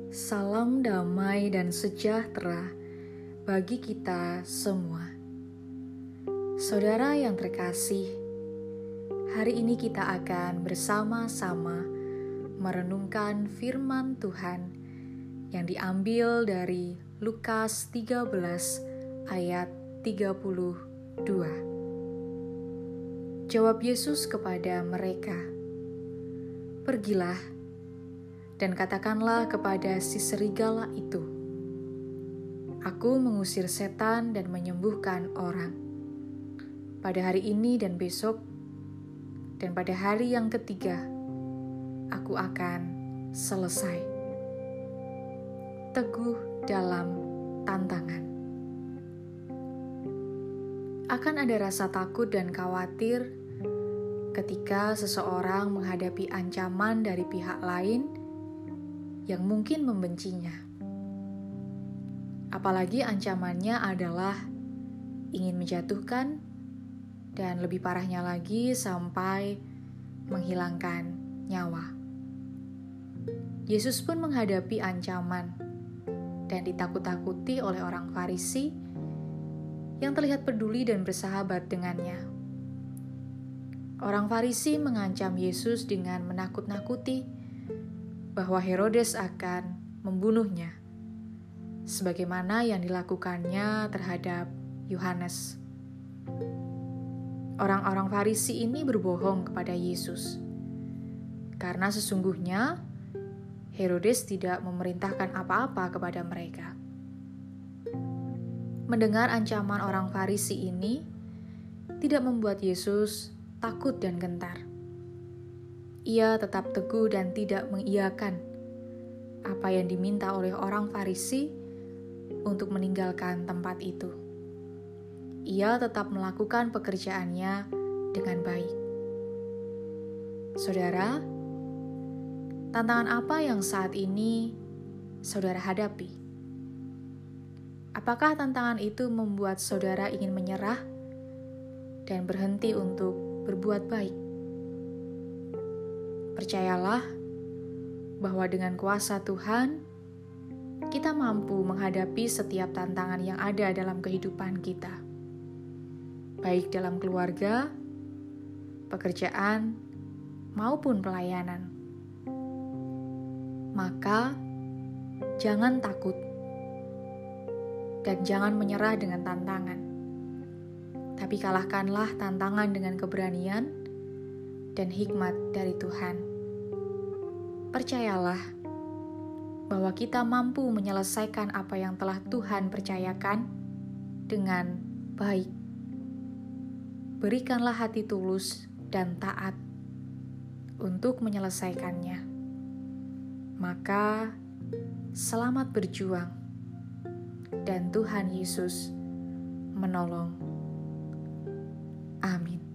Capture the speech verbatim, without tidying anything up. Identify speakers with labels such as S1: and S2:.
S1: Salam damai dan sejahtera bagi kita semua. Saudara yang terkasih, hari ini kita akan bersama-sama merenungkan firman Tuhan yang diambil dari Lukas tiga belas ayat tiga puluh dua. Jawab Yesus kepada mereka, "Pergilah dan katakanlah kepada si serigala itu, Aku mengusir setan dan menyembuhkan orang. Pada hari ini dan besok, dan pada hari yang ketiga, Aku akan selesai." Teguh dalam tantangan. Akan ada rasa takut dan khawatir ketika seseorang menghadapi ancaman dari pihak lain yang mungkin membencinya. Apalagi ancamannya adalah ingin menjatuhkan dan lebih parahnya lagi sampai menghilangkan nyawa. Yesus pun menghadapi ancaman dan ditakut-takuti oleh orang Farisi yang terlihat peduli dan bersahabat dengannya. Orang Farisi mengancam Yesus dengan menakut-nakuti bahwa Herodes akan membunuhnya, sebagaimana yang dilakukannya terhadap Yohanes. Orang-orang Farisi ini berbohong kepada Yesus, karena sesungguhnya Herodes tidak memerintahkan apa-apa kepada mereka. Mendengar ancaman orang Farisi ini tidak membuat Yesus takut dan gentar. Ia tetap teguh dan tidak mengiyakan apa yang diminta oleh orang Farisi untuk meninggalkan tempat itu. Ia tetap melakukan pekerjaannya dengan baik. Saudara, tantangan apa yang saat ini saudara hadapi? Apakah tantangan itu membuat saudara ingin menyerah dan berhenti untuk berbuat baik? Percayalah bahwa dengan kuasa Tuhan, kita mampu menghadapi setiap tantangan yang ada dalam kehidupan kita, baik dalam keluarga, pekerjaan, maupun pelayanan. Maka, jangan takut dan jangan menyerah dengan tantangan, tapi kalahkanlah tantangan dengan keberanian dan hikmat dari Tuhan. Percayalah bahwa kita mampu menyelesaikan apa yang telah Tuhan percayakan dengan baik. Berikanlah hati tulus dan taat untuk menyelesaikannya. Maka, selamat berjuang dan Tuhan Yesus menolong. Amin.